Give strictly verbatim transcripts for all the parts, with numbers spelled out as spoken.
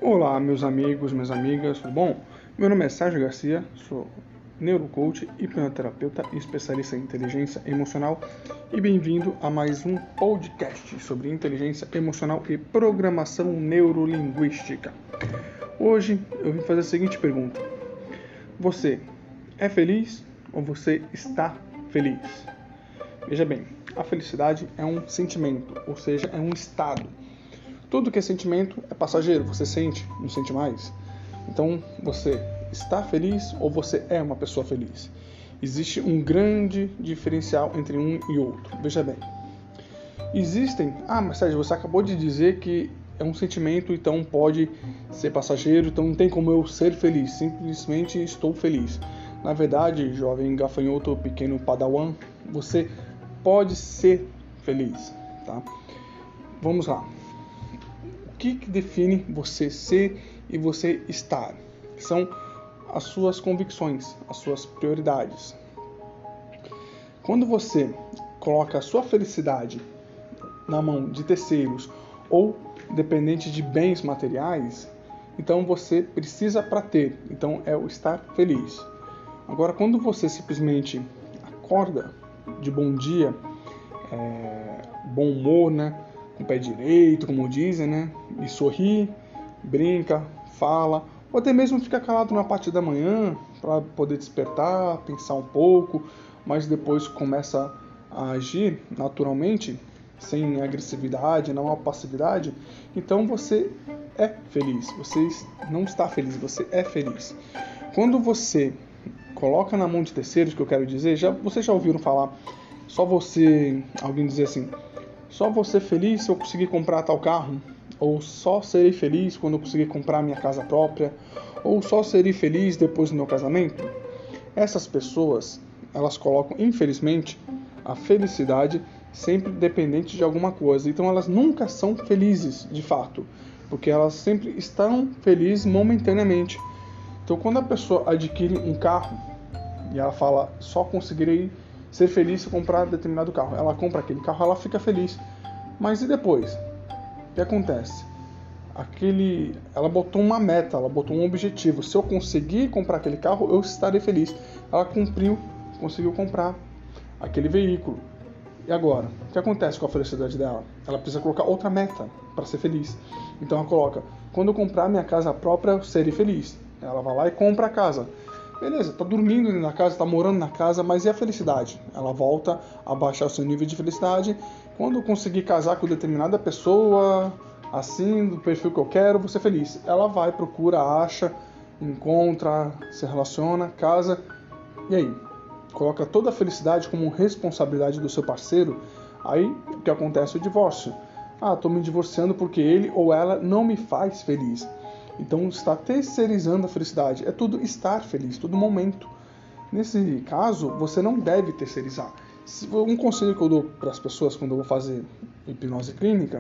Olá, meus amigos, minhas amigas, tudo bom? Meu nome é Sérgio Garcia, sou neurocoach, hipnoterapeuta e especialista em inteligência emocional e bem-vindo a mais um podcast sobre inteligência emocional e programação neurolinguística. Hoje eu vim fazer a seguinte pergunta: você é feliz ou você está feliz? Veja bem, a felicidade é um sentimento, ou seja, é um estado. Tudo que é sentimento é passageiro, você sente, não sente mais. Então, você está feliz ou você é uma pessoa feliz? Existe um grande diferencial entre um e outro. Veja bem, existem... Ah, mas Sérgio, você acabou de dizer que é um sentimento, então pode ser passageiro, então não tem como eu ser feliz, simplesmente estou feliz. Na verdade, jovem gafanhoto, pequeno padawan, você pode ser feliz, tá? Vamos lá. O que, que define você ser e você estar? São as suas convicções, as suas prioridades. Quando você coloca a sua felicidade na mão de terceiros ou dependente de bens materiais, então você precisa para ter, então é o estar feliz. Agora, quando você simplesmente acorda de bom dia, é, bom humor, né? Com o pé direito, como dizem, né? E sorri, brinca, fala, ou até mesmo fica calado na parte da manhã para poder despertar, pensar um pouco, mas depois começa a agir naturalmente, sem agressividade, não há passividade, então você é feliz. Você não está feliz, você é feliz. Quando você coloca na mão de terceiros, que eu quero dizer, já, vocês já ouviram falar, só você, alguém dizer assim, só vou ser feliz se eu conseguir comprar tal carro, ou só serei feliz quando eu conseguir comprar minha casa própria, ou só serei feliz depois do meu casamento. Essas pessoas, elas colocam, infelizmente, a felicidade sempre dependente de alguma coisa, então elas nunca são felizes de fato, porque elas sempre estão felizes momentaneamente. Então quando a pessoa adquire um carro e ela fala, só conseguirei ser feliz se comprar determinado carro, ela compra aquele carro, ela fica feliz. Mas e depois? O que acontece? Aquele, ela botou uma meta, ela botou um objetivo. Se eu conseguir comprar aquele carro, eu estarei feliz. Ela cumpriu, conseguiu comprar aquele veículo. E agora? O que acontece com a felicidade dela? Ela precisa colocar outra meta para ser feliz. Então ela coloca, quando eu comprar minha casa própria, eu serei feliz. Ela vai lá e compra a casa. Beleza, tá dormindo na casa, tá morando na casa, mas e a felicidade? Ela volta a baixar o seu nível de felicidade. Quando eu conseguir casar com determinada pessoa, assim, do perfil que eu quero, vou ser feliz. Ela vai, procura, acha, encontra, se relaciona, casa. E aí? Coloca toda a felicidade como responsabilidade do seu parceiro. Aí, o que acontece? O divórcio. Ah, tô me divorciando porque ele ou ela não me faz feliz. Então está terceirizando a felicidade. É tudo estar feliz, todo momento. Nesse caso, você não deve terceirizar. Um conselho que eu dou para as pessoas quando eu vou fazer hipnose clínica: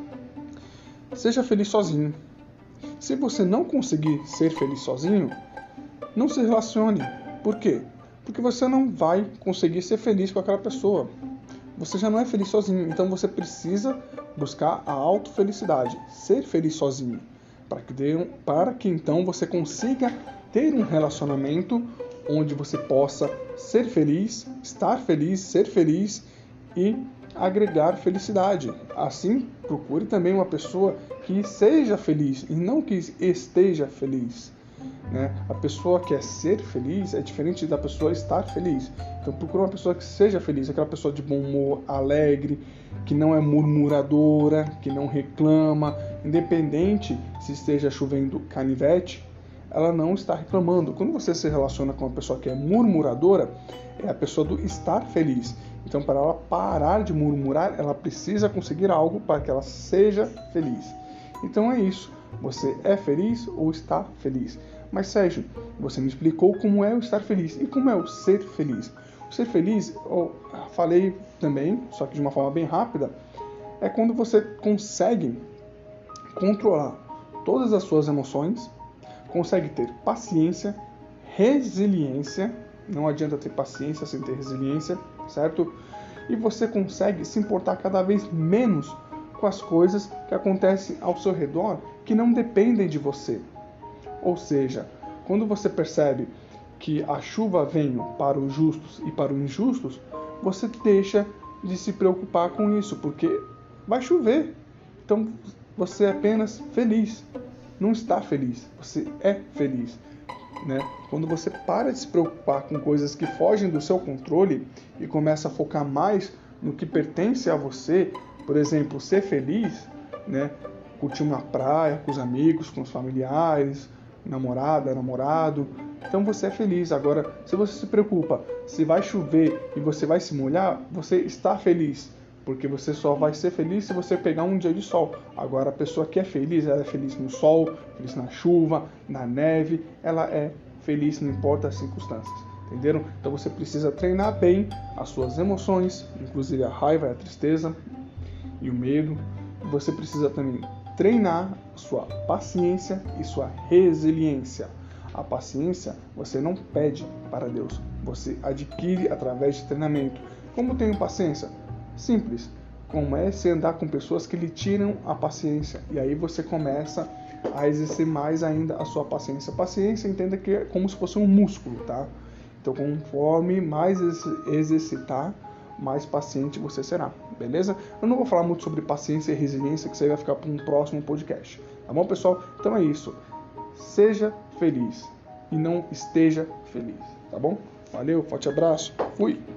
seja feliz sozinho. Se você não conseguir ser feliz sozinho, não se relacione. Por quê? Porque você não vai conseguir ser feliz com aquela pessoa. Você já não é feliz sozinho, então você precisa buscar a autofelicidade, ser feliz sozinho. Para que, dê, para que então você consiga ter um relacionamento onde você possa ser feliz, estar feliz, ser feliz e agregar felicidade. Assim, procure também uma pessoa que seja feliz e não que esteja feliz. Né? A pessoa que quer ser feliz é diferente da pessoa estar feliz. Então procure uma pessoa que seja feliz, aquela pessoa de bom humor, alegre, que não é murmuradora, que não reclama, independente se esteja chovendo canivete, ela não está reclamando. Quando você se relaciona com uma pessoa que é murmuradora, é a pessoa do estar feliz. Então, para ela parar de murmurar, ela precisa conseguir algo para que ela seja feliz. Então é isso. Você é feliz ou está feliz? Mas Sérgio, você me explicou como é o estar feliz e como é o ser feliz. O ser feliz, eu falei também, só que de uma forma bem rápida, é quando você consegue controlar todas as suas emoções, consegue ter paciência, resiliência, não adianta ter paciência sem ter resiliência, certo? E você consegue se importar cada vez menos com as coisas que acontecem ao seu redor que não dependem de você. Ou seja, quando você percebe que a chuva vem para os justos e para os injustos, você deixa de se preocupar com isso, porque vai chover. Então você é apenas feliz. Não está feliz, você é feliz. Né? Quando você para de se preocupar com coisas que fogem do seu controle e começa a focar mais no que pertence a você, por exemplo, ser feliz, né? Curtir uma praia com os amigos, com os familiares, namorada, namorado, então você é feliz. Agora, se você se preocupa se vai chover e você vai se molhar, você está feliz, porque você só vai ser feliz se você pegar um dia de sol. Agora, a pessoa que é feliz, ela é feliz no sol, feliz na chuva, na neve, ela é feliz, não importa as circunstâncias, entenderam? Então você precisa treinar bem as suas emoções, inclusive a raiva, a tristeza e o medo. Você precisa também treinar sua paciência e sua resiliência. A paciência você não pede para Deus, você adquire através de treinamento. Como tenho paciência? Simples. Comece a andar com pessoas que lhe tiram a paciência. E aí você começa a exercer mais ainda a sua paciência. Paciência, entenda que é como se fosse um músculo, tá? Então, conforme mais exercitar, mais paciente você será, beleza? Eu não vou falar muito sobre paciência e resiliência, que isso aí vai ficar para um próximo podcast. Tá bom, pessoal? Então é isso. Seja feliz e não esteja feliz, tá bom? Valeu, forte abraço, fui!